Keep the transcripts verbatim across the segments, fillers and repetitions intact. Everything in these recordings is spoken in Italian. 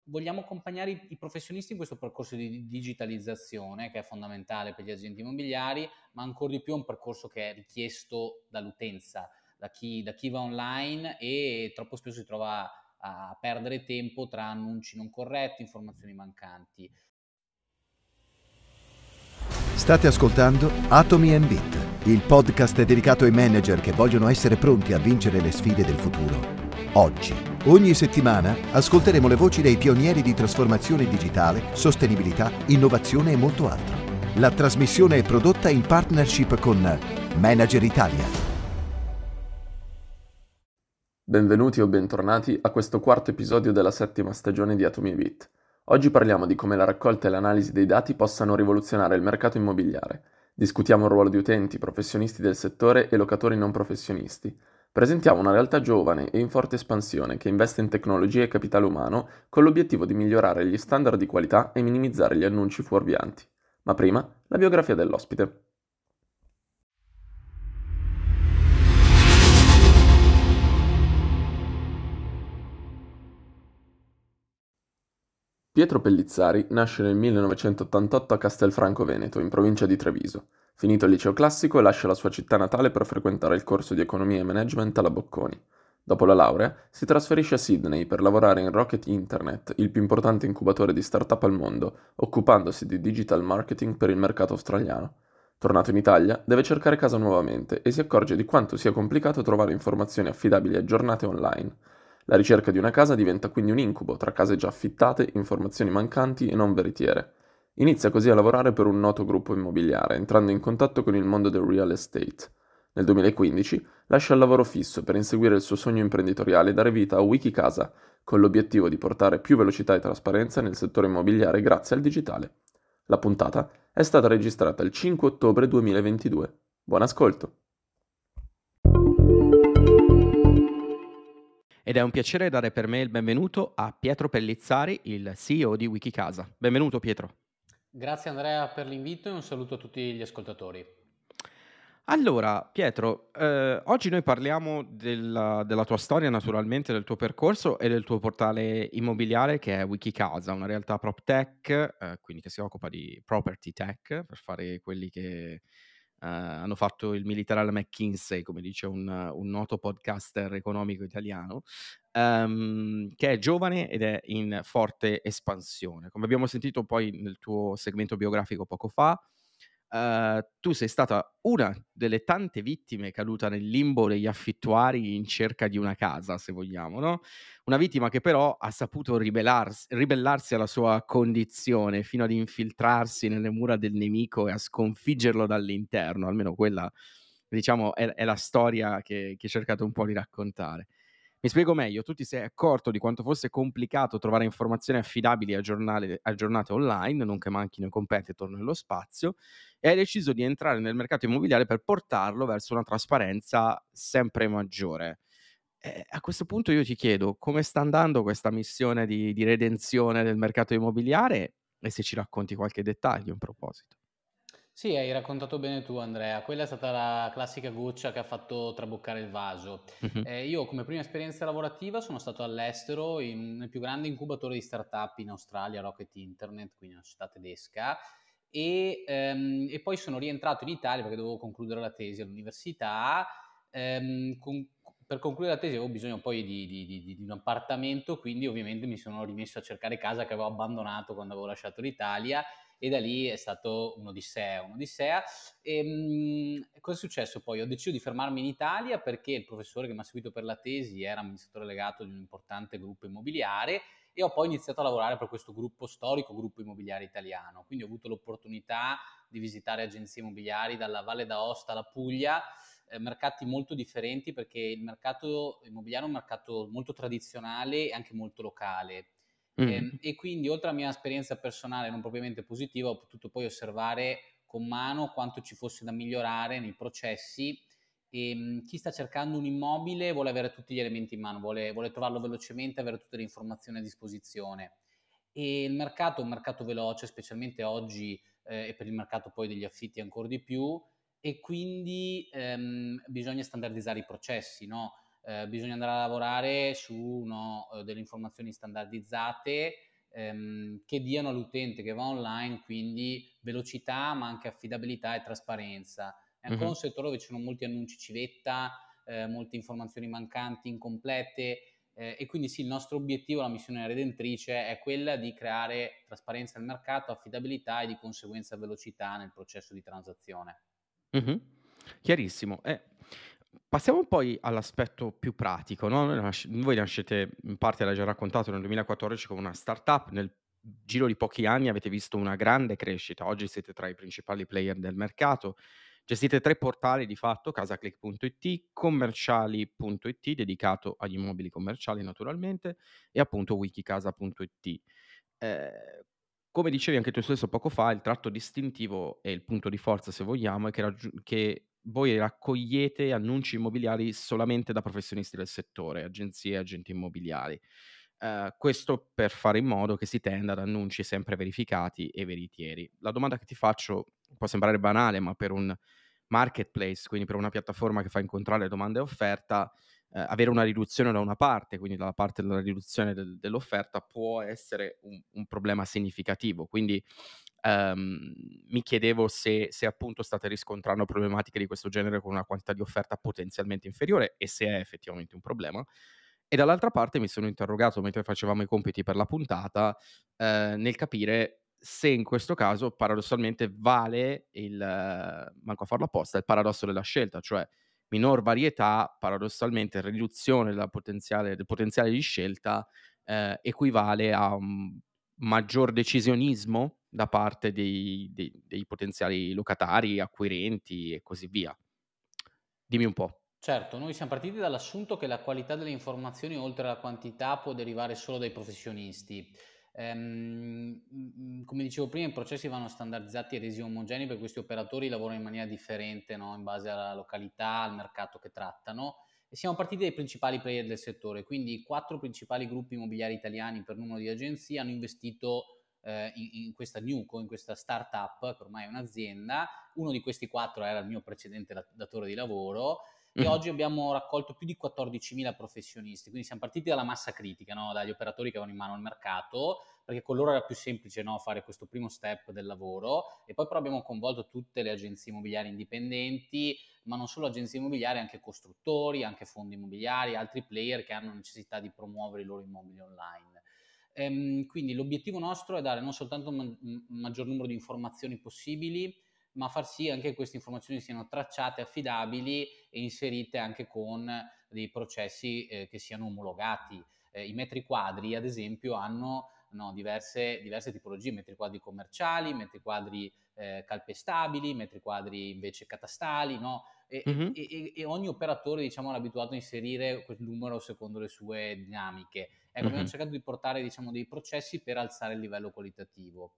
vogliamo accompagnare i, i professionisti in questo percorso di digitalizzazione che è fondamentale per gli agenti immobiliari, ma ancora di più è un percorso che è richiesto dall'utenza, da chi, da chi va online e troppo spesso si trova a perdere tempo tra annunci non corretti, informazioni mancanti. State ascoltando Atomi and Bit, il podcast dedicato ai manager che vogliono essere pronti a vincere le sfide del futuro. Oggi, ogni settimana, ascolteremo le voci dei pionieri di trasformazione digitale, sostenibilità, innovazione e molto altro. La trasmissione è prodotta in partnership con Manager Italia. Benvenuti o bentornati a questo quarto episodio della settima stagione di Atomi and Bit. Oggi parliamo di come la raccolta e l'analisi dei dati possano rivoluzionare il mercato immobiliare. Discutiamo il ruolo di utenti, professionisti del settore e locatori non professionisti. Presentiamo una realtà giovane e in forte espansione che investe in tecnologia e capitale umano con l'obiettivo di migliorare gli standard di qualità e minimizzare gli annunci fuorvianti. Ma prima, la biografia dell'ospite. Pietro Pellizzari nasce nel millenovecentottantotto a Castelfranco Veneto, in provincia di Treviso. Finito il liceo classico, lascia la sua città natale per frequentare il corso di economia e management alla Bocconi. Dopo la laurea, si trasferisce a Sydney per lavorare in Rocket Internet, il più importante incubatore di start-up al mondo, occupandosi di digital marketing per il mercato australiano. Tornato in Italia, deve cercare casa nuovamente e si accorge di quanto sia complicato trovare informazioni affidabili e aggiornate online. La ricerca di una casa diventa quindi un incubo tra case già affittate, informazioni mancanti e non veritiere. Inizia così a lavorare per un noto gruppo immobiliare, entrando in contatto con il mondo del real estate. Nel duemilaquindici lascia il lavoro fisso per inseguire il suo sogno imprenditoriale e dare vita a Wikicasa, con l'obiettivo di portare più velocità e trasparenza nel settore immobiliare grazie al digitale. La puntata è stata registrata il cinque ottobre duemilaventidue. Buon ascolto! Ed è un piacere dare per me il benvenuto a Pietro Pellizzari, il C E O di Wikicasa. Benvenuto Pietro. Grazie Andrea per l'invito e un saluto a tutti gli ascoltatori. Allora, Pietro, eh, oggi noi parliamo della, della tua storia, naturalmente, del tuo percorso e del tuo portale immobiliare che è Wikicasa, una realtà prop tech, eh, quindi che si occupa di property tech, per fare quelli che eh, hanno fatto il militare alla McKinsey, come dice un, un noto podcaster economico italiano, ehm, che è giovane ed è in forte espansione. Come abbiamo sentito poi nel tuo segmento biografico poco fa, Uh, tu sei stata una delle tante vittime caduta nel limbo degli affittuari in cerca di una casa, se vogliamo, no? Una vittima che però ha saputo ribellarsi, ribellarsi alla sua condizione fino ad infiltrarsi nelle mura del nemico e a sconfiggerlo dall'interno. Almeno quella, diciamo, è, è la storia che, che ho cercato un po' di raccontare. Mi spiego meglio, tu ti sei accorto di quanto fosse complicato trovare informazioni affidabili e aggiornate, aggiornate online, non che manchino i competitor nello spazio, e hai deciso di entrare nel mercato immobiliare per portarlo verso una trasparenza sempre maggiore. E a questo punto io ti chiedo come sta andando questa missione di, di redenzione del mercato immobiliare e se ci racconti qualche dettaglio in proposito. Sì, hai raccontato bene tu Andrea, quella è stata la classica goccia che ha fatto traboccare il vaso. Mhm. Eh, io come prima esperienza lavorativa sono stato all'estero in, nel più grande incubatore di startup in Australia, Rocket Internet, quindi una città tedesca, e, ehm, e poi sono rientrato in Italia perché dovevo concludere la tesi all'università. Ehm, con- per concludere la tesi avevo bisogno poi di, di- di- di un appartamento, quindi ovviamente mi sono rimesso a cercare casa che avevo abbandonato quando avevo lasciato l'Italia e da lì è stato un'odissea, un'odissea. E, mh, cosa è successo poi? Ho deciso di fermarmi in Italia perché il professore che mi ha seguito per la tesi era amministratore delegato di un importante gruppo immobiliare e ho poi iniziato a lavorare per questo gruppo storico, gruppo immobiliare italiano. Quindi ho avuto l'opportunità di visitare agenzie immobiliari dalla Valle d'Aosta alla Puglia, eh, mercati molto differenti perché il mercato immobiliare è un mercato molto tradizionale e anche molto locale. Mm. E, e quindi oltre alla mia esperienza personale non propriamente positiva ho potuto poi osservare con mano quanto ci fosse da migliorare nei processi e mh, chi sta cercando un immobile vuole avere tutti gli elementi in mano, vuole, vuole trovarlo velocemente, avere tutte le informazioni a disposizione. E il mercato è un mercato veloce, specialmente oggi eh, e per il mercato poi degli affitti ancora di più, e quindi ehm, bisogna standardizzare i processi, no? Eh, bisogna andare a lavorare su no, eh, delle informazioni standardizzate ehm, che diano all'utente che va online quindi velocità ma anche affidabilità e trasparenza. È ancora Mhm. un settore dove ci sono molti annunci civetta, eh, molte informazioni mancanti, incomplete, eh, e quindi sì, il nostro obiettivo, la missione redentrice è quella di creare trasparenza nel mercato, affidabilità e di conseguenza velocità nel processo di transazione. Mhm. Chiarissimo. Eh, passiamo poi all'aspetto più pratico, no? Noi nasc- voi nascete, in parte l'hai già raccontato, nel duemilaquattordici come una startup, nel giro di pochi anni avete visto una grande crescita, oggi siete tra i principali player del mercato, gestite tre portali di fatto, casaclick punto it, commerciali punto it, dedicato agli immobili commerciali naturalmente, e appunto wikicasa punto it. Eh, Come dicevi anche tu stesso poco fa, il tratto distintivo e il punto di forza, se vogliamo, è che, raggiu- che voi raccogliete annunci immobiliari solamente da professionisti del settore, agenzie e agenti immobiliari. Eh, questo per fare in modo che si tenda ad annunci sempre verificati e veritieri. La domanda che ti faccio può sembrare banale, ma per un marketplace, quindi per una piattaforma che fa incontrare domanda e offerta, eh, avere una riduzione da una parte, quindi dalla parte della riduzione del- dell'offerta, può essere un, un problema significativo. Quindi ehm, mi chiedevo se, se appunto state riscontrando problematiche di questo genere con una quantità di offerta potenzialmente inferiore e se è effettivamente un problema. E dall'altra parte mi sono interrogato mentre facevamo i compiti per la puntata, eh, nel capire se in questo caso paradossalmente vale il, eh, manco a farlo apposta, il paradosso della scelta, cioè minor varietà, paradossalmente riduzione della potenziale del potenziale di scelta, ehm, equivale a un maggior decisionismo da parte dei dei dei potenziali locatari, acquirenti e così via. Dimmi un po'. Certo, noi siamo partiti dall'assunto che la qualità delle informazioni, oltre alla quantità, può derivare solo dai professionisti. Ehm, mm, come dicevo prima, i processi vanno standardizzati e resi omogenei per questi operatori lavorano in maniera differente, no? In base alla località, al mercato che trattano. E siamo partiti dai principali player del settore, quindi i quattro principali gruppi immobiliari italiani per numero di agenzie hanno investito eh, in, in questa newco, in questa startup, che ormai è un'azienda. Uno di questi quattro era il mio precedente datore di lavoro e Mh-mh. oggi abbiamo raccolto più di quattordicimila professionisti, quindi siamo partiti dalla massa critica, no? Dagli operatori che avevano in mano il mercato, perché con loro era più semplice, no? Fare questo primo step del lavoro, e poi però abbiamo coinvolto tutte le agenzie immobiliari indipendenti, ma non solo agenzie immobiliari, anche costruttori, anche fondi immobiliari, altri player che hanno necessità di promuovere i loro immobili online. Ehm, quindi l'obiettivo nostro è dare non soltanto un ma- maggior numero di informazioni possibili, ma far sì anche che queste informazioni siano tracciate, affidabili e inserite anche con dei processi eh, che siano omologati. Eh, I metri quadri, ad esempio, hanno no, diverse, diverse tipologie, metri quadri commerciali, metri quadri eh, calpestabili, metri quadri invece catastali, no? E, Mh-mh. e, e, e ogni operatore diciamo, è abituato a inserire quel numero secondo le sue dinamiche. Ecco, abbiamo Mh-mh. cercato di portare diciamo, dei processi per alzare il livello qualitativo.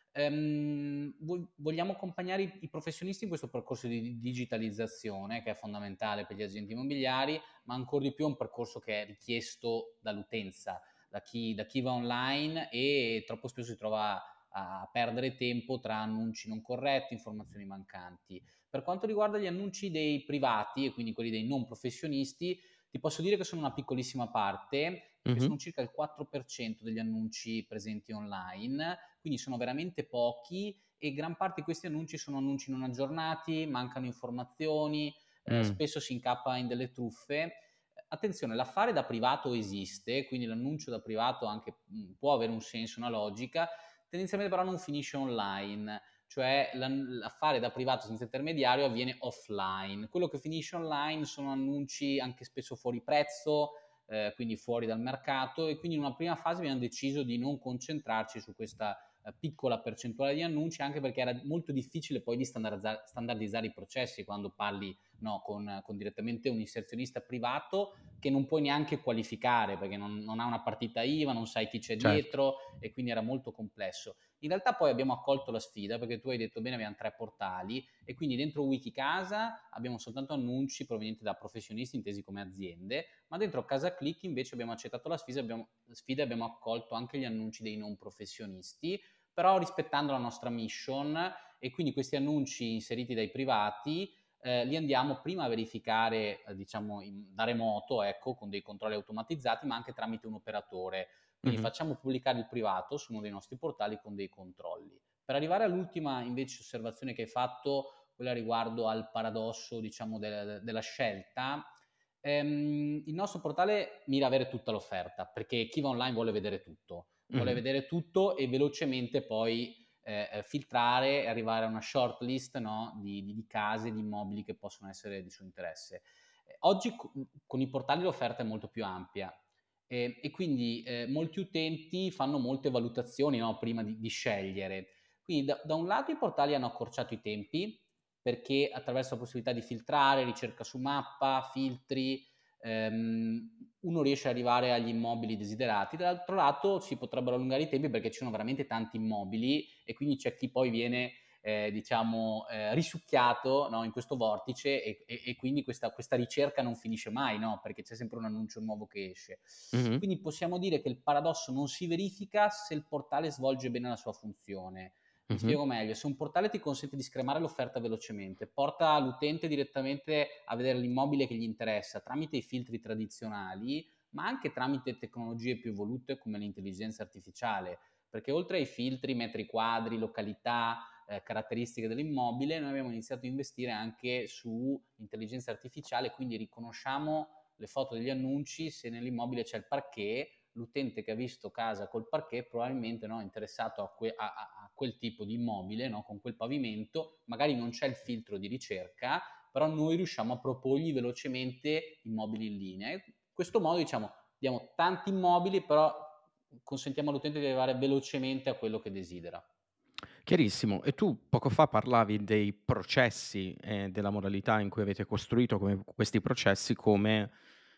Ehm, vogliamo accompagnare i, i professionisti in questo percorso di digitalizzazione che è fondamentale per gli agenti immobiliari, ma ancora di più è un percorso che è richiesto dall'utenza, da chi, da chi va online e troppo spesso si trova a perdere tempo tra annunci non corretti, informazioni mancanti. Per quanto riguarda gli annunci dei privati e quindi quelli dei non professionisti, ti posso dire che sono una piccolissima parte, perché Mh-mh. sono circa il quattro per cento degli annunci presenti online, quindi sono veramente pochi e gran parte di questi annunci sono annunci non aggiornati, mancano informazioni, eh, Mh. spesso si incappa in delle truffe. Attenzione, l'affare da privato esiste, quindi l'annuncio da privato anche mh, può avere un senso, una logica, tendenzialmente però non finisce online, cioè l'affare da privato senza intermediario avviene offline. Quello che finisce online sono annunci anche spesso fuori prezzo, eh, quindi fuori dal mercato, e quindi in una prima fase abbiamo deciso di non concentrarci su questa eh, piccola percentuale di annunci, anche perché era molto difficile poi di standardizzare, standardizzare i processi quando parli no, con, con direttamente un inserzionista privato che non puoi neanche qualificare perché non, non ha una partita I V A, non sai chi c'è Certo. dietro e quindi era molto complesso. In realtà poi abbiamo accolto la sfida perché tu hai detto bene, abbiamo tre portali e quindi dentro Wikicasa abbiamo soltanto annunci provenienti da professionisti intesi come aziende, ma dentro CasaClick invece abbiamo accettato la sfida, abbiamo, sfida e abbiamo accolto anche gli annunci dei non professionisti, però rispettando la nostra mission, e quindi questi annunci inseriti dai privati eh, li andiamo prima a verificare eh, diciamo in, da remoto, ecco, con dei controlli automatizzati, ma anche tramite un operatore. Quindi Mh-mh. facciamo pubblicare il privato su uno dei nostri portali con dei controlli. Per arrivare all'ultima invece osservazione che hai fatto, quella riguardo al paradosso, diciamo, de- della scelta, ehm, il nostro portale mira a avere tutta l'offerta, perché chi va online vuole vedere tutto, vuole Mh-mh. vedere tutto e velocemente poi eh, eh, filtrare e arrivare a una short list, no, di, di, di case, di immobili che possono essere di suo interesse. Eh, Oggi co- con i portali l'offerta è molto più ampia. E, e quindi eh, molti utenti fanno molte valutazioni, no, prima di, di scegliere. Quindi da, da un lato i portali hanno accorciato i tempi, perché attraverso la possibilità di filtrare, ricerca su mappa, filtri, ehm, uno riesce ad arrivare agli immobili desiderati. Dall'altro lato si potrebbero allungare i tempi perché ci sono veramente tanti immobili e quindi c'è chi poi viene eh, diciamo eh, risucchiato, no, in questo vortice e, e, e quindi questa, questa, ricerca non finisce mai, no, perché c'è sempre un annuncio nuovo che esce. Mh-mh. Quindi possiamo dire che il paradosso non si verifica se il portale svolge bene la sua funzione. Mi Mh-mh. spiego meglio: se un portale ti consente di scremare l'offerta velocemente, porta l'utente direttamente a vedere l'immobile che gli interessa tramite i filtri tradizionali, ma anche tramite tecnologie più evolute come l'intelligenza artificiale, perché oltre ai filtri, metri quadri, località, eh, caratteristiche dell'immobile, noi abbiamo iniziato a investire anche su intelligenza artificiale, quindi riconosciamo le foto degli annunci, se nell'immobile c'è il parquet, l'utente che ha visto casa col parquet probabilmente, no, è interessato a, que- a, a quel tipo di immobile, no, con quel pavimento, magari non c'è il filtro di ricerca, però noi riusciamo a proporgli velocemente immobili in linea. E in questo modo, diciamo, diamo tanti immobili, però consentiamo all'utente di arrivare velocemente a quello che desidera. Chiarissimo. E tu poco fa parlavi dei processi e della modalità in cui avete costruito come questi processi come,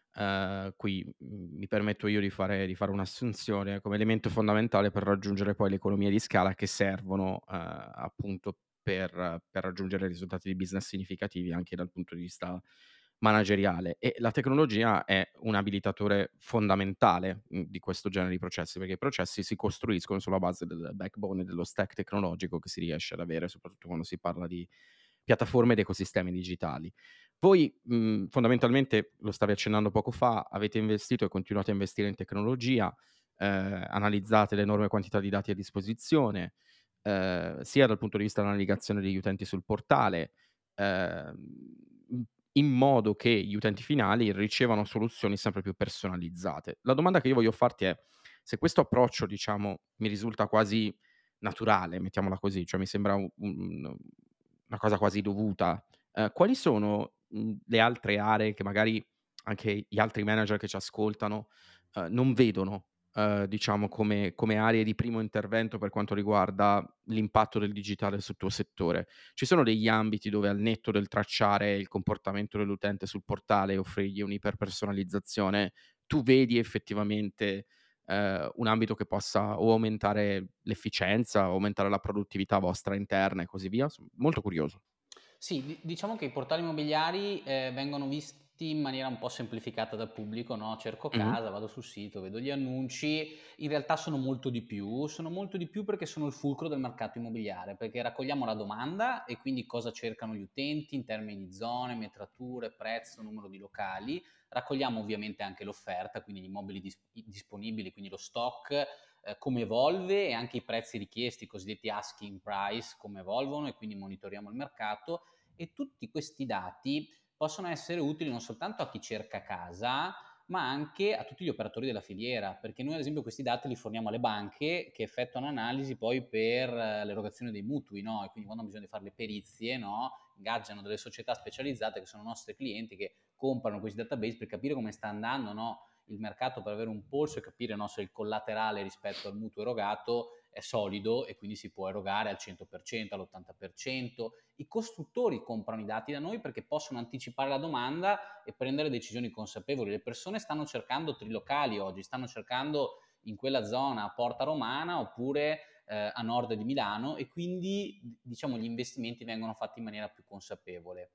ehm, qui, mhmm, mi permetto io di fare di fare un'assunzione, come elemento fondamentale per raggiungere poi le economie di scala che servono, ehm, appunto per per raggiungere risultati di business significativi anche dal punto di vista manageriale. E la tecnologia è un abilitatore fondamentale, mhmm, di questo genere di processi, perché i processi si costruiscono sulla base del backbone e dello stack tecnologico che si riesce ad avere, soprattutto quando si parla di piattaforme ed ecosistemi digitali. Voi, mhmm, fondamentalmente, lo stavi accennando poco fa, avete investito e continuate a investire in tecnologia, ehm, analizzate l'enorme quantità di dati a disposizione, ehm, sia dal punto di vista della navigazione degli utenti sul portale, ehm, mhmm, in modo che gli utenti finali ricevano soluzioni sempre più personalizzate. La domanda che io voglio farti è: se questo approccio, diciamo, mi risulta quasi naturale, mettiamola così, cioè mi sembra un un una cosa quasi dovuta, ehm, quali sono, mhmm, le altre aree che magari anche gli altri manager che ci ascoltano, ehm, non vedono, ehm, diciamo come come aree di primo intervento per quanto riguarda l'impatto del digitale sul tuo settore? Ci sono degli ambiti dove al netto del tracciare il comportamento dell'utente sul portale e offrirgli un'iperpersonalizzazione, tu vedi effettivamente, ehm, un ambito che possa o aumentare l'efficienza o aumentare la produttività vostra interna e così via? Son molto curioso. Sì, di- diciamo che i portali immobiliari eh, vengono visti in maniera un po' semplificata dal pubblico, no? Cerco Mh-mh. casa, vado sul sito, vedo gli annunci, in realtà sono molto di più, sono molto di più perché sono il fulcro del mercato immobiliare, perché raccogliamo la domanda e quindi cosa cercano gli utenti in termini di zone, metrature, prezzo, numero di locali, raccogliamo ovviamente anche l'offerta, quindi gli immobili dis- disponibili, quindi lo stock, eh, come evolve e anche i prezzi richiesti, i cosiddetti asking price, come evolvono e quindi monitoriamo il mercato e tutti questi dati possono essere utili non soltanto a chi cerca casa, ma anche a tutti gli operatori della filiera, perché noi ad esempio questi dati li forniamo alle banche che effettuano analisi poi per eh, l'erogazione dei mutui, no? E quindi quando hanno bisogno di fare le perizie, no? Ingaggiano delle società specializzate che sono nostri clienti che comprano questi database per capire come sta andando, no? Il mercato, per avere un polso e capire, no, se il collaterale rispetto al mutuo erogato è solido e quindi si può erogare al cento per cento, all'ottanta per cento. I costruttori comprano i dati da noi perché possono anticipare la domanda e prendere decisioni consapevoli. Le persone stanno cercando trilocali oggi, stanno cercando in quella zona a Porta Romana oppure eh, a nord di Milano e quindi diciamo gli investimenti vengono fatti in maniera più consapevole.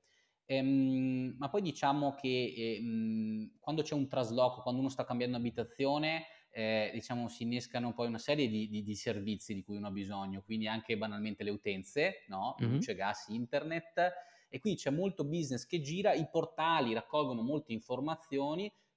Ehm, ma poi diciamo che ehm, quando c'è un trasloco, quando uno sta cambiando abitazione, eh, diciamo si innescano poi una serie di, di, di servizi di cui uno ha bisogno, quindi anche banalmente le utenze, no? Mh-mh. Luce, gas, internet, e quindi c'è molto business che gira, i portali raccolgono molte informazioni che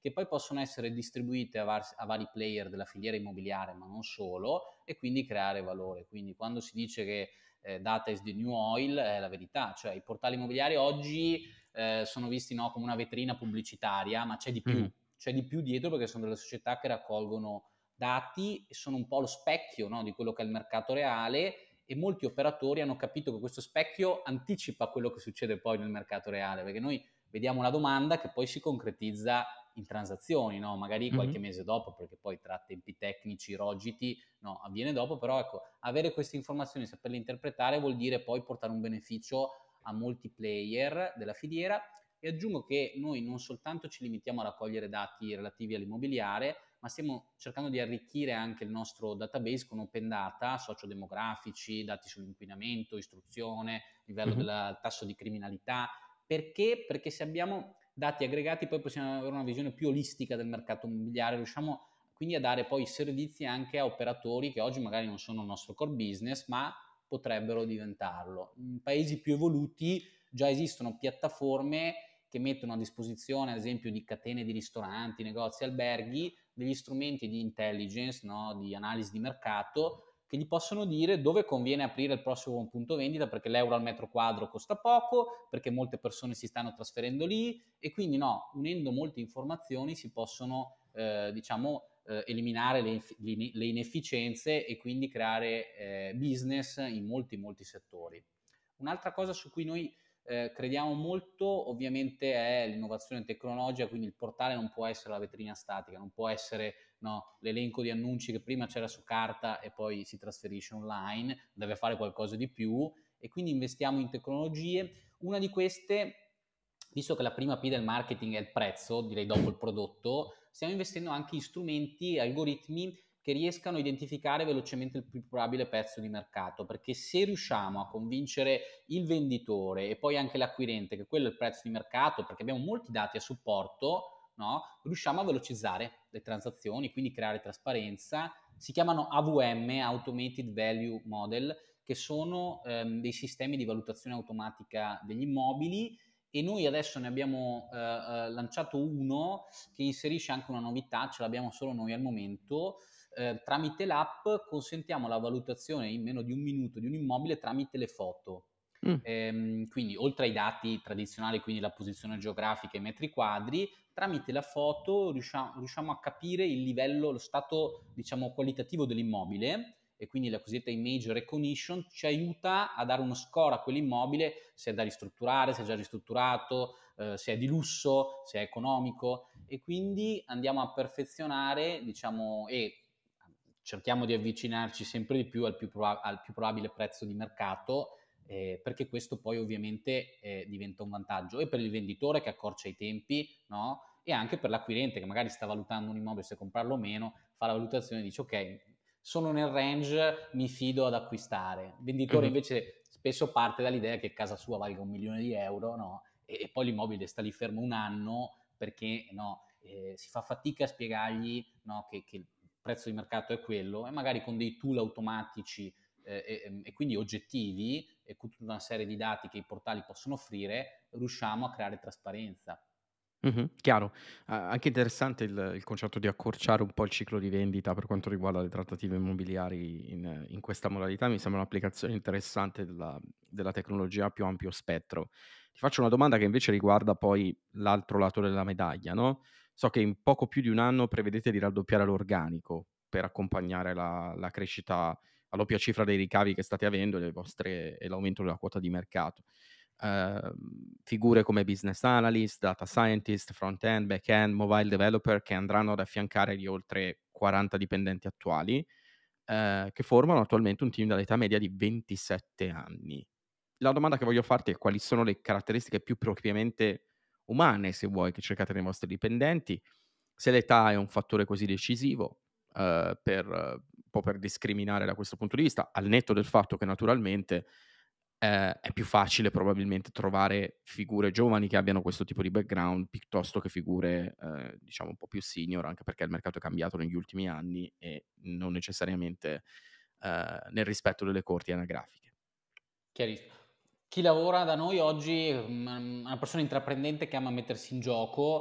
che poi possono essere distribuite a, var- a vari player della filiera immobiliare, ma non solo, e quindi creare valore. Quindi quando si dice che eh, data is the new oil, è la verità, cioè i portali immobiliari oggi eh, sono visti, no, come una vetrina pubblicitaria, ma c'è di più, Mm. c'è di più dietro, perché sono delle società che raccolgono dati e sono un po' lo specchio, no, di quello che è il mercato reale, e molti operatori hanno capito che questo specchio anticipa quello che succede poi nel mercato reale, perché noi vediamo la domanda che poi si concretizza in transazioni, no? Magari qualche Mhm. mese dopo, perché poi tra tempi tecnici, rogiti, no, avviene dopo, però ecco, avere queste informazioni, saperle interpretare, vuol dire poi portare un beneficio a molti player della filiera. E aggiungo che noi non soltanto ci limitiamo a raccogliere dati relativi all'immobiliare, ma stiamo cercando di arricchire anche il nostro database con open data, sociodemografici, dati sull'inquinamento, istruzione, livello Mhm. del tasso di criminalità. Perché? Perché se abbiamo dati aggregati poi possiamo avere una visione più olistica del mercato immobiliare, riusciamo quindi a dare poi servizi anche a operatori che oggi magari non sono il nostro core business, ma potrebbero diventarlo. In paesi più evoluti già esistono piattaforme che mettono a disposizione, ad esempio, di catene di ristoranti, negozi, alberghi, degli strumenti di intelligence, no? Di analisi di mercato, che gli possono dire dove conviene aprire il prossimo punto vendita, perché l'euro al metro quadro costa poco, perché molte persone si stanno trasferendo lì, e quindi no, unendo molte informazioni si possono eh, diciamo eh, eliminare le, le, inefficienze e quindi creare eh, business in molti molti settori. Un'altra cosa su cui noi eh, crediamo molto ovviamente è l'innovazione tecnologica, quindi il portale non può essere la vetrina statica, non può essere, no, l'elenco di annunci che prima c'era su carta e poi si trasferisce online, deve fare qualcosa di più, e quindi investiamo in tecnologie. Una di queste, visto che la prima P del marketing è il prezzo, direi dopo il prodotto, stiamo investendo anche in strumenti, algoritmi che riescano a identificare velocemente il più probabile prezzo di mercato, perché se riusciamo a convincere il venditore e poi anche l'acquirente che quello è il prezzo di mercato, perché abbiamo molti dati a supporto, no? Riusciamo a velocizzare le transazioni, quindi creare trasparenza. Si chiamano A V M, Automated Value Model, che sono ehm, dei sistemi di valutazione automatica degli immobili, e noi adesso ne abbiamo eh, eh, lanciato uno che inserisce anche una novità, ce l'abbiamo solo noi al momento. Eh, tramite l'app consentiamo la valutazione in meno di un minuto di un immobile tramite le foto. Mm. Ehm, quindi oltre ai dati tradizionali, quindi la posizione geografica e i metri quadri, tramite la foto riusciamo, riusciamo a capire il livello, lo stato diciamo qualitativo dell'immobile, e quindi la cosiddetta image recognition ci aiuta a dare uno score a quell'immobile, se è da ristrutturare, se è già ristrutturato, eh, se è di lusso, se è economico, e quindi andiamo a perfezionare, diciamo, e cerchiamo di avvicinarci sempre di più al più, proba- al più probabile prezzo di mercato, eh, perché questo poi ovviamente eh, diventa un vantaggio e per il venditore che accorcia i tempi, no? E anche per l'acquirente che magari sta valutando un immobile, se comprarlo o meno, fa la valutazione e dice ok, sono nel range, mi fido ad acquistare. Il venditore Mhm. invece spesso parte dall'idea che casa sua valga un milione di euro, no? E, e poi l'immobile sta lì fermo un anno perché, no, eh, si fa fatica a spiegargli, no, che, che il prezzo di mercato è quello, e magari con dei tool automatici eh, e, e quindi oggettivi e con tutta una serie di dati che i portali possono offrire, riusciamo a creare trasparenza. Mh-mh, chiaro. A anche interessante il il concetto di accorciare un po' il ciclo di vendita per quanto riguarda le trattative immobiliari in in questa modalità, mi sembra un'applicazione interessante della della tecnologia a più ampio spettro. Ti faccio una domanda che invece riguarda poi l'altro lato della medaglia, no, so che in poco più di un anno prevedete di raddoppiare l'organico per accompagnare la la crescita a doppia cifra dei ricavi che state avendo e le vostre e l'aumento della quota di mercato. Ehm, figure come business analyst, data scientist, front-end, back-end, mobile developer che andranno ad affiancare gli oltre quaranta dipendenti attuali, ehm, che formano attualmente un team dall'età media di ventisette anni. La domanda che voglio farti è: quali sono le caratteristiche più propriamente umane, se vuoi, che cercate nei vostri dipendenti, se l'età è un fattore così decisivo, ehm, per un po' per discriminare da questo punto di vista, al netto del fatto che naturalmente Ehm, è più facile probabilmente trovare figure giovani che abbiano questo tipo di background, piuttosto che figure, ehm, diciamo un po' più senior, anche perché il mercato è cambiato negli ultimi anni e non necessariamente, ehm, nel rispetto delle corti anagrafiche. Chiarissimo. Chi lavora da noi oggi è una persona intraprendente che ama mettersi in gioco,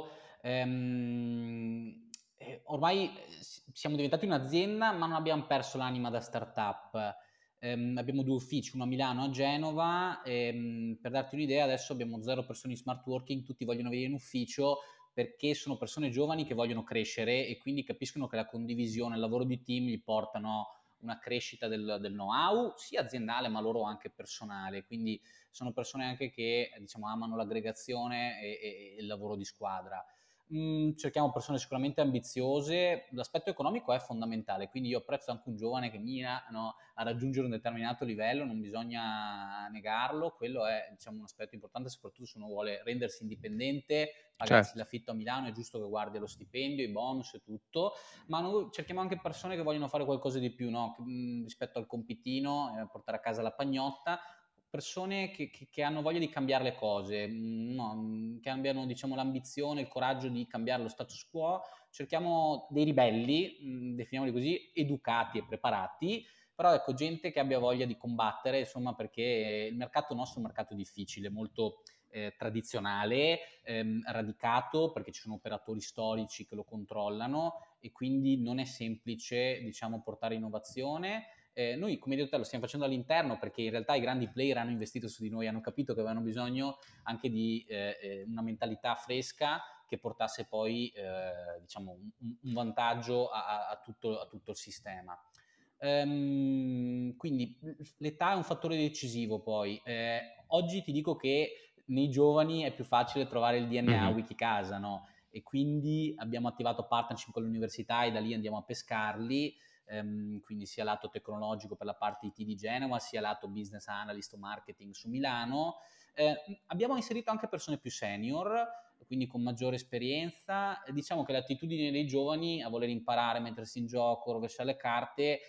Ehm, eh, ormai eh, s- siamo diventati un'azienda, ma non abbiamo perso l'anima da startup. Ehm, abbiamo due uffici, uno a Milano e a Genova. Ehm, per darti un'idea, adesso abbiamo zero persone in smart working, tutti vogliono venire in ufficio perché sono persone giovani che vogliono crescere e quindi capiscono che la condivisione, il lavoro di team gli portano una crescita del, del know-how, sia aziendale ma loro anche personale. Quindi sono persone anche che diciamo, amano l'aggregazione e, e, e il lavoro di squadra. Mm, cerchiamo persone sicuramente ambiziose, l'aspetto economico è fondamentale, quindi io apprezzo anche un giovane che mira, no, a raggiungere un determinato livello, non bisogna negarlo, quello è diciamo, un aspetto importante, soprattutto se uno vuole rendersi indipendente, pagarsi Certo. l'affitto a Milano, è giusto che guardi lo stipendio, i bonus e tutto, ma noi cerchiamo anche persone che vogliono fare qualcosa di più, no? Mm, rispetto al compitino, eh, portare a casa la pagnotta, persone che, che, che hanno voglia di cambiare le cose, mm, no, mm, che abbiano diciamo, l'ambizione, il coraggio di cambiare lo status quo. Cerchiamo dei ribelli, mh, definiamoli così, educati e preparati, però ecco, gente che abbia voglia di combattere, insomma, perché il mercato nostro è un mercato difficile, molto eh, tradizionale, ehm, radicato, perché ci sono operatori storici che lo controllano e quindi non è semplice, diciamo, portare innovazione. Eh, noi, come detto, lo stiamo facendo all'interno perché in realtà i grandi player hanno investito su di noi, hanno capito che avevano bisogno anche di eh, una mentalità fresca che portasse poi eh, diciamo, un, un vantaggio a, a, tutto, a tutto il sistema. Ehm, quindi l'età è un fattore decisivo poi. Eh, oggi ti dico che nei giovani è più facile trovare il D N A Mhm. Wikicasa, no? E quindi abbiamo attivato partnership con le università e da lì andiamo a pescarli, ehm, quindi sia lato tecnologico per la parte I T di Genova, sia lato business analyst o marketing su Milano. Eh, abbiamo inserito anche persone più senior, quindi con maggiore esperienza. Diciamo che l'attitudine dei giovani a voler imparare, mettersi in gioco, rovesciare le carte,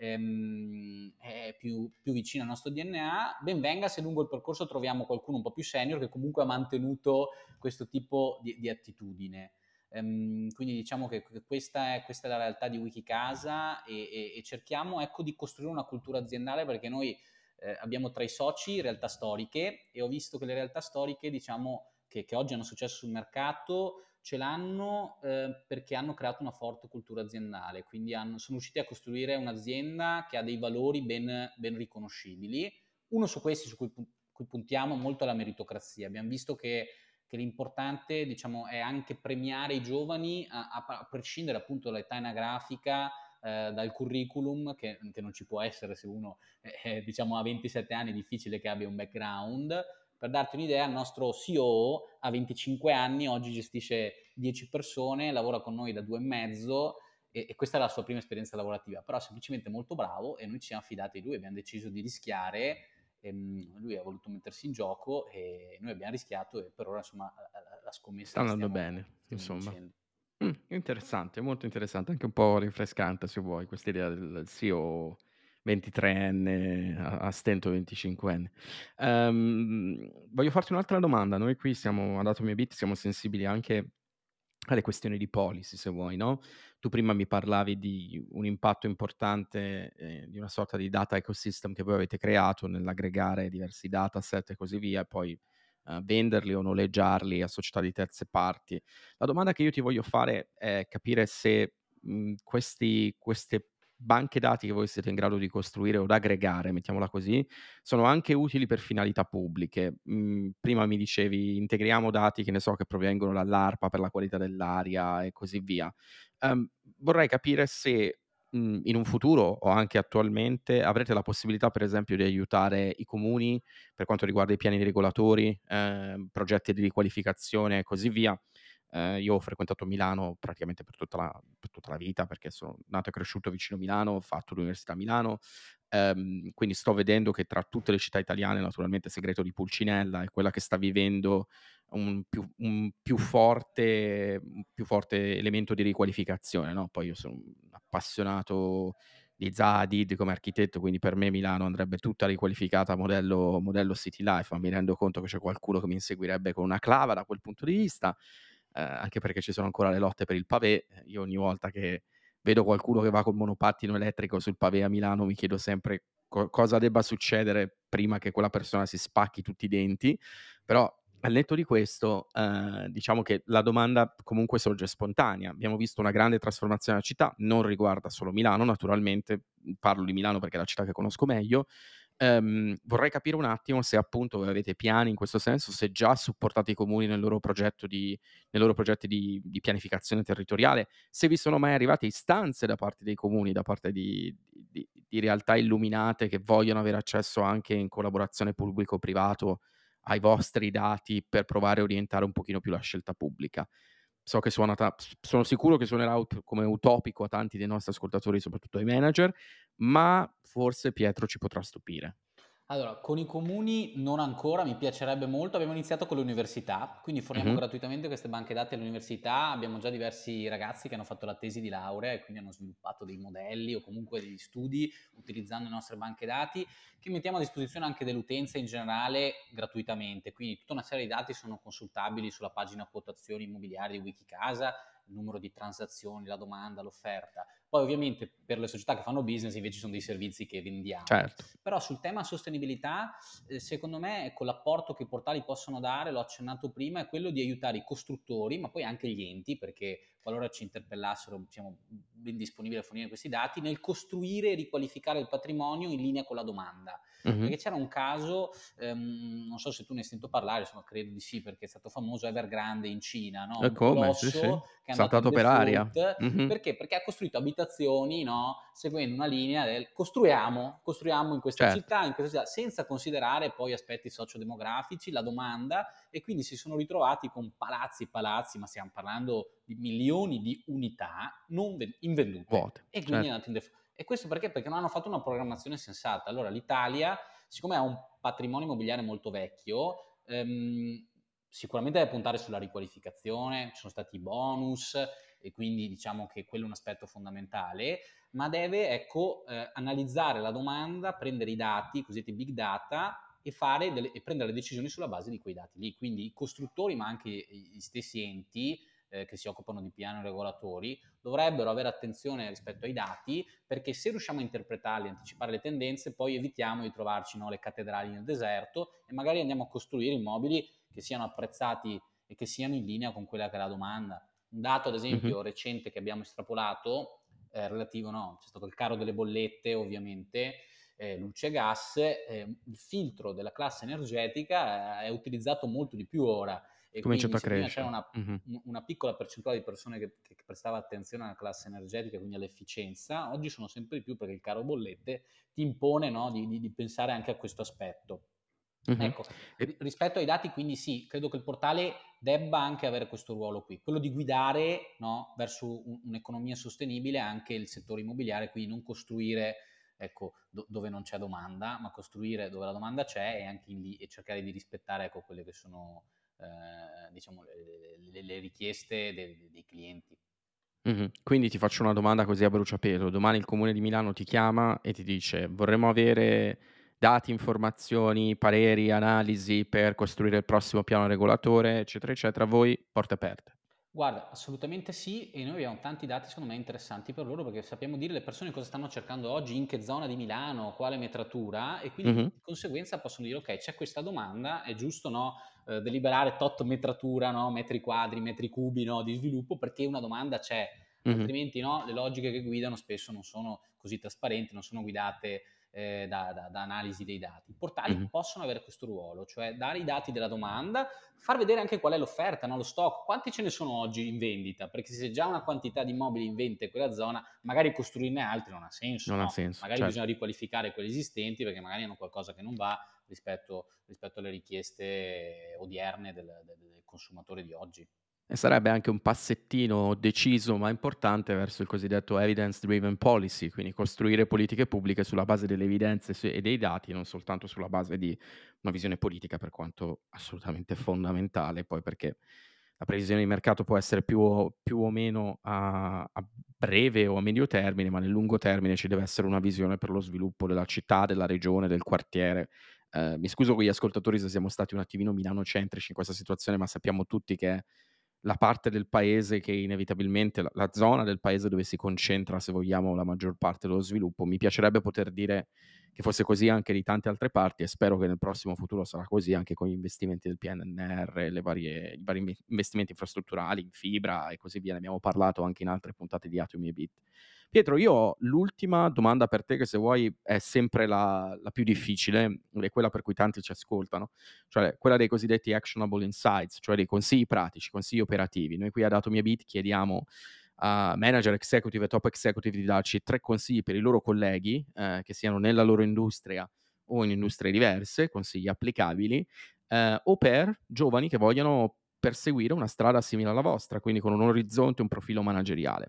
ehm, è più, più vicina al nostro D N A. Ben venga se lungo il percorso troviamo qualcuno un po' più senior che comunque ha mantenuto questo tipo di, di attitudine. Ehm, quindi diciamo che questa è, questa è la realtà di Wikicasa e, e, e cerchiamo ecco, di costruire una cultura aziendale perché noi eh, abbiamo tra i soci realtà storiche e ho visto che le realtà storiche diciamo che, che oggi hanno successo sul mercato ce l'hanno eh, perché hanno creato una forte cultura aziendale, quindi hanno, sono riusciti a costruire un'azienda che ha dei valori ben, ben riconoscibili. Uno su questi su cui, cui puntiamo molto è la meritocrazia. Abbiamo visto che che l'importante diciamo, è anche premiare i giovani a, a, a prescindere appunto dall'età anagrafica, eh, dal curriculum, che, che, non ci può essere se uno eh, diciamo, ha ventisette anni, è difficile che abbia un background. Per darti un'idea, il nostro C E O ha venticinque anni, oggi gestisce dieci persone, lavora con noi da due e mezzo e, e questa è la sua prima esperienza lavorativa, però è semplicemente molto bravo e noi ci siamo affidati di lui, abbiamo deciso di rischiare. Ehm, lui ha voluto mettersi in gioco e noi abbiamo rischiato e per ora insomma la, la scommessa Sta la andando stiamo, bene, stiamo insomma. vincendo. Mh, interessante, molto interessante, anche un po' rinfrescante se vuoi, quest'idea del C E O ventitreenne a a stento venticinquenne. Ehm, voglio farti un'altra domanda. Noi qui siamo ad Atomy and Bit siamo sensibili anche alle questioni di policy, se vuoi, no, tu prima mi parlavi di un impatto importante, ehm, di una sorta di data ecosystem che voi avete creato nell'aggregare diversi dataset e così via, e poi, ehm, venderli o noleggiarli a società di terze parti. La domanda che io ti voglio fare è capire se, mhmm, questi queste banche dati che voi siete in grado di costruire o da aggregare, mettiamola così, sono anche utili per finalità pubbliche. Mhmm, prima mi dicevi: "Integriamo dati, che ne so, che provengono dall'ARPA per la qualità dell'aria e così via". Ehm, vorrei capire se, mhmm, in un futuro o anche attualmente avrete la possibilità, per esempio, di aiutare i comuni per quanto riguarda i piani regolatori, ehm, progetti di riqualificazione e così via. Ehm, io ho frequentato Milano praticamente per tutta la per tutta la vita, perché sono nato e cresciuto vicino Milano, ho fatto l'università a Milano, ehm, quindi sto vedendo che tra tutte le città italiane, naturalmente Segreto di Pulcinella è quella che sta vivendo un più un più forte un più forte elemento di riqualificazione, no, poi io sono un appassionato di Zaha Hadid come architetto, quindi per me Milano andrebbe tutta riqualificata modello modello City Life, ma mi rendo conto che c'è qualcuno che mi inseguirebbe con una clava da quel punto di vista, ehm, anche perché ci sono ancora le lotte per il pavé. Eh, io ogni volta che vedo qualcuno che va col monopattino elettrico sul pavé a Milano mi chiedo sempre co cosa debba succedere prima che quella persona si spacchi tutti i denti, però Al netto di questo, ehm, diciamo che la domanda comunque sorge spontanea. Abbiamo visto una grande trasformazione della città, non riguarda solo Milano naturalmente, mhmm, parlo di Milano perché è la città che conosco meglio. Ehm, vorrei capire un attimo se appunto voi avete piani in questo senso, se già supportate i comuni nel loro progetto di nei loro progetti di di pianificazione territoriale, se vi sono mai arrivate istanze da parte dei comuni, da parte di di di realtà illuminate che vogliono avere accesso anche in collaborazione pubblico-privato ai vostri dati per provare a orientare un pochino più la scelta pubblica. So che suona ta s sono sicuro che suonerà ut come utopico a tanti dei nostri ascoltatori, soprattutto ai manager, ma forse Pietro ci potrà stupire. Allora, con i comuni non ancora, mi piacerebbe molto. Abbiamo iniziato con le università, quindi forniamo Mh-mh. gratuitamente queste banche dati alle università. Abbiamo già diversi ragazzi che hanno fatto la tesi di laurea e quindi hanno sviluppato dei modelli o comunque degli studi utilizzando le nostre banche dati che mettiamo a disposizione anche dell'utenza in generale gratuitamente. Quindi tutta una serie di dati sono consultabili sulla pagina quotazioni immobiliari di Wikicasa, il numero di transazioni, la domanda, l'offerta. Poi ovviamente per le società che fanno business invece ci sono dei servizi che vendiamo. Certo. Però sul tema sostenibilità, eh, secondo me, ecco, l'apporto che i portali possono dare, l'ho accennato prima, è quello di aiutare i costruttori, ma poi anche gli enti, perché qualora ci interpellassero siamo ben disponibili a fornire questi dati, nel costruire e riqualificare il patrimonio in linea con la domanda. Mh-mh. Perché c'era un caso, ehm, non so se tu ne hai sentito parlare, insomma credo di sì, perché è stato famoso Evergrande in Cina, no? E Un come? Sì, sì. colosso che è andato in Saltato per aria. default. Mh-mh. Perché? Perché ha costruito abitazioni, no? Seguendo una linea del costruiamo, costruiamo in questa Certo. città, in questa città, senza considerare poi aspetti sociodemografici, la domanda, e quindi si sono ritrovati con palazzi e palazzi, ma stiamo parlando di milioni di unità non ven- invendute, Vuote, e quindi è certo. andato in default. E questo perché? Perché non hanno fatto una programmazione sensata. Allora l'Italia, siccome ha un patrimonio immobiliare molto vecchio, ehm, sicuramente deve puntare sulla riqualificazione, ci sono stati i bonus e quindi diciamo che quello è un aspetto fondamentale, ma deve, ecco, eh, analizzare la domanda, prendere i dati, i cosiddetti big data, e, fare delle, e prendere le decisioni sulla base di quei dati lì. Quindi i costruttori, ma anche gli stessi enti eh, che si occupano di piani regolatori, dovrebbero avere attenzione rispetto ai dati, perché se riusciamo a interpretarli, anticipare le tendenze, poi evitiamo di trovarci, no, le cattedrali nel deserto, e magari andiamo a costruire immobili che siano apprezzati e che siano in linea con quella che è la domanda. Un dato, ad Mh-mh. esempio, recente che abbiamo estrapolato, eh, relativo, no, c'è stato il caro delle bollette, ovviamente, eh, luce e gas, eh, il filtro della classe energetica eh, è utilizzato molto di più ora, e Cominciato quindi a se prima c'era crescere. una, Mh-mh. una piccola percentuale di persone che, che prestava attenzione alla classe energetica, quindi all'efficienza, oggi sono sempre di più, perché il caro bollette ti impone, no, di, di, di pensare anche a questo aspetto. Mh-mh. Ecco, E ri- rispetto ai dati, quindi sì, credo che il portale debba anche avere questo ruolo qui, quello di guidare, no, verso un- un'economia sostenibile anche il settore immobiliare, quindi non costruire, ecco, do- dove non c'è domanda, ma costruire dove la domanda c'è, e anche in lì e cercare di rispettare, ecco, quelle che sono eh, diciamo, le, le- le richieste dei, dei clienti. Mh-mh. Quindi ti faccio una domanda così a bruciapelo: domani il Comune di Milano ti chiama e ti dice: "Vorremmo avere dati, informazioni, pareri, analisi per costruire il prossimo piano regolatore", eccetera, eccetera, voi porte aperte. Guarda, assolutamente sì, e noi abbiamo tanti dati secondo me interessanti per loro, perché sappiamo dire le persone cosa stanno cercando oggi, in che zona di Milano, quale metratura, e quindi Mh-mh. di conseguenza possono dire ok, c'è questa domanda, è giusto, no, eh, deliberare tot metratura, no, metri quadri, metri cubi, no, di sviluppo, perché una domanda c'è, Mh-mh. altrimenti, no, le logiche che guidano spesso non sono così trasparenti, non sono guidate eh, da, da, da analisi dei dati. I portali Mh-mh. possono avere questo ruolo, cioè dare i dati della domanda, far vedere anche qual è l'offerta, no? Lo stock, quanti ce ne sono oggi in vendita, perché se già una quantità di immobili in vendita in quella zona, magari costruirne altri non ha senso, Non ha no? senso, Magari bisogna certo. riqualificare quelli esistenti, perché magari hanno qualcosa che non va rispetto, rispetto alle richieste odierne del, del, del consumatore di oggi. E sarebbe anche un passettino deciso ma importante verso il cosiddetto evidence driven policy, quindi costruire politiche pubbliche sulla base delle evidenze se e dei dati, non soltanto sulla base di una visione politica, per quanto assolutamente fondamentale, poi perché la previsione di mercato può essere più o più o meno a a breve o a medio termine, ma nel lungo termine ci deve essere una visione per lo sviluppo della città, della regione, del quartiere. Ehm, mi scuso con gli ascoltatori se siamo stati un attimino milanocentrici in questa situazione, ma sappiamo tutti che la parte del paese che inevitabilmente la la zona del paese dove si concentra, se vogliamo, la maggior parte dello sviluppo. Mi piacerebbe poter dire che fosse così anche di tante altre parti, e spero che nel prossimo futuro sarà così anche con gli investimenti del P N R R, le varie, i vari investimenti infrastrutturali in fibra e così via. Ne abbiamo parlato anche in altre puntate di Atomi e Bit. Pietro, io ho l'ultima domanda per te, che se vuoi è sempre la, la più difficile, è quella per cui tanti ci ascoltano, cioè quella dei cosiddetti actionable insights, cioè dei consigli pratici, consigli operativi. Noi qui ad Atomi e Bit chiediamo a manager, executive e top executive di darci tre consigli per i loro colleghi, eh, che siano nella loro industria o in industrie diverse, consigli applicabili, eh, o per giovani che vogliono perseguire una strada simile alla vostra, quindi con un orizzonte, un profilo manageriale.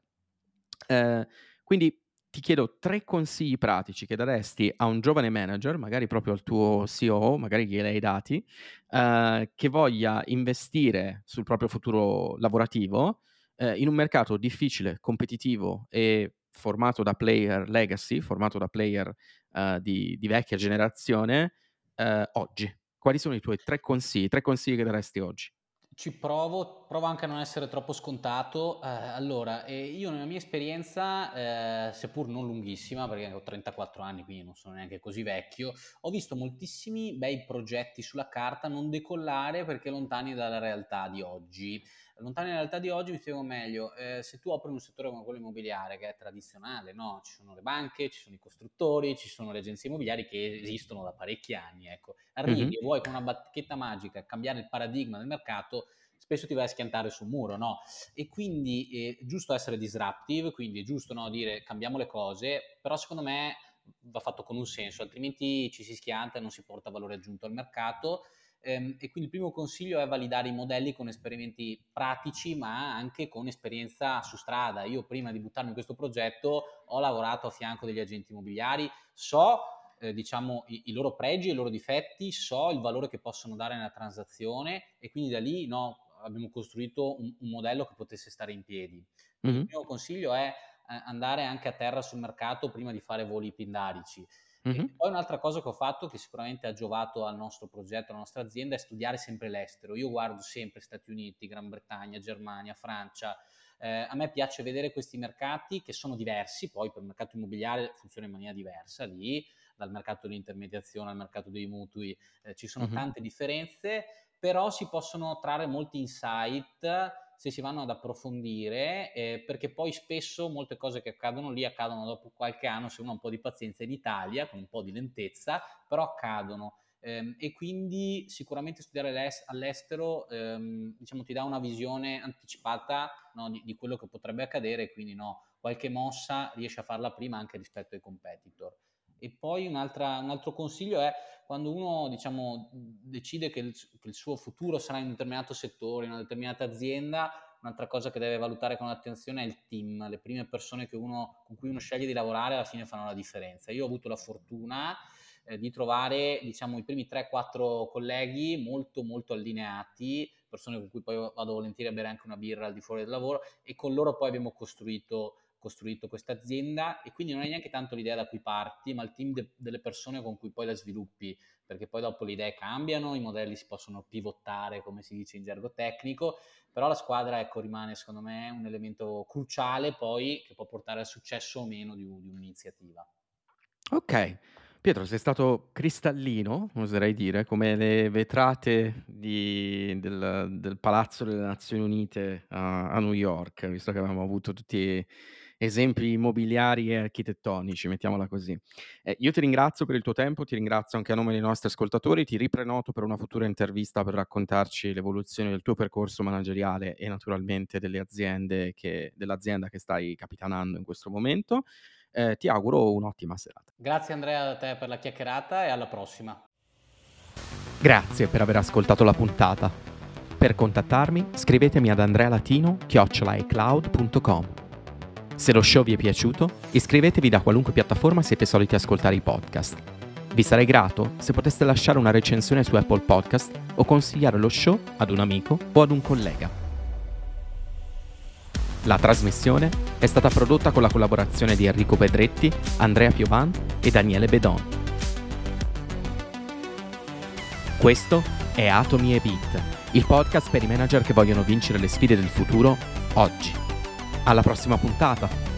Eh, quindi ti chiedo tre consigli pratici che daresti a un giovane manager, magari proprio al tuo C O O, magari gliel'hai hai dati, eh, che voglia investire sul proprio futuro lavorativo eh, in un mercato difficile, competitivo e formato da player legacy, formato da player eh, di, di vecchia generazione, eh, oggi. Quali sono i tuoi tre consigli, tre consigli che daresti oggi? Ci provo, provo anche a non essere troppo scontato. Eh, allora, eh, io nella mia esperienza, eh, seppur non lunghissima, perché ho trentaquattro anni, quindi non sono neanche così vecchio, ho visto moltissimi bei progetti sulla carta non decollare perché lontani dalla realtà di oggi. Lontani dalla realtà di oggi, mi spiego meglio, eh, se tu operi un settore come quello immobiliare, che è tradizionale, no? Ci sono le banche, ci sono i costruttori, ci sono le agenzie immobiliari che esistono da parecchi anni, ecco. Arrivi mm-hmm. e vuoi con una bacchetta magica cambiare il paradigma del mercato, spesso ti vai a schiantare sul muro, no? E quindi è giusto essere disruptive, quindi è giusto, no, dire cambiamo le cose, però secondo me va fatto con un senso, altrimenti ci si schianta e non si porta valore aggiunto al mercato. Ehm, e quindi il primo consiglio è validare i modelli con esperimenti pratici, ma anche con esperienza su strada. Io prima di buttarmi in questo progetto ho lavorato a fianco degli agenti immobiliari, so eh, diciamo i, i loro pregi e i loro difetti, so il valore che possono dare nella transazione e quindi da lì no, abbiamo costruito un, un modello che potesse stare in piedi. Quindi mm-hmm. il primo consiglio è eh, andare anche a terra sul mercato prima di fare voli pindarici. Mm-hmm. E poi un'altra cosa che ho fatto che sicuramente ha giovato al nostro progetto, alla nostra azienda, è studiare sempre l'estero. Io guardo sempre Stati Uniti, Gran Bretagna, Germania, Francia. Eh, a me piace vedere questi mercati che sono diversi, poi per il mercato immobiliare funziona in maniera diversa lì, dal mercato dell'intermediazione al mercato dei mutui, eh, ci sono mm-hmm. tante differenze, però si possono trarre molti insight se si vanno ad approfondire, eh, perché poi spesso molte cose che accadono lì accadono dopo qualche anno, se uno ha un po' di pazienza in Italia, con un po' di lentezza, però accadono. Eh, e quindi sicuramente studiare all'estero ehm, diciamo, ti dà una visione anticipata, no, di, di quello che potrebbe accadere, quindi no, qualche mossa riesce a farla prima anche rispetto ai competitor. E poi un'altra, un altro consiglio è quando uno diciamo, decide che il, che il suo futuro sarà in un determinato settore, in una determinata azienda, un'altra cosa che deve valutare con attenzione è il team, le prime persone che uno, con cui uno sceglie di lavorare alla fine fanno la differenza. Io ho avuto la fortuna eh, di trovare diciamo, i primi tre quattro colleghi molto molto allineati, persone con cui poi vado volentieri a bere anche una birra al di fuori del lavoro, e con loro poi abbiamo costruito costruito questa azienda, e quindi non è neanche tanto l'idea da cui parti, ma il team de- delle persone con cui poi la sviluppi, perché poi dopo le idee cambiano, i modelli si possono pivottare, come si dice in gergo tecnico, però la squadra ecco, rimane secondo me un elemento cruciale poi che può portare al successo o meno di, di un'iniziativa. Ok, Pietro, sei stato cristallino, oserei dire, come le vetrate di, del, del Palazzo delle Nazioni Unite a, a New York, visto che avevamo avuto tutti esempi immobiliari e architettonici, mettiamola così. Eh, io ti ringrazio per il tuo tempo, ti ringrazio anche a nome dei nostri ascoltatori, ti riprenoto per una futura intervista per raccontarci l'evoluzione del tuo percorso manageriale e naturalmente delle aziende che, dell'azienda che stai capitanando in questo momento. Eh, ti auguro un'ottima serata. Grazie Andrea a te per la chiacchierata e alla prossima. Grazie per aver ascoltato la puntata. Per contattarmi scrivetemi ad andrealatino chiocciola icloud punto com. Se lo show vi è piaciuto, iscrivetevi da qualunque piattaforma siete soliti ascoltare i podcast. Vi sarei grato se poteste lasciare una recensione su Apple Podcast o consigliare lo show ad un amico o ad un collega. La trasmissione è stata prodotta con la collaborazione di Enrico Pedretti, Andrea Piovan e Daniele Bedon. Questo è Atomi e Bit, il podcast per i manager che vogliono vincere le sfide del futuro oggi. Alla prossima puntata!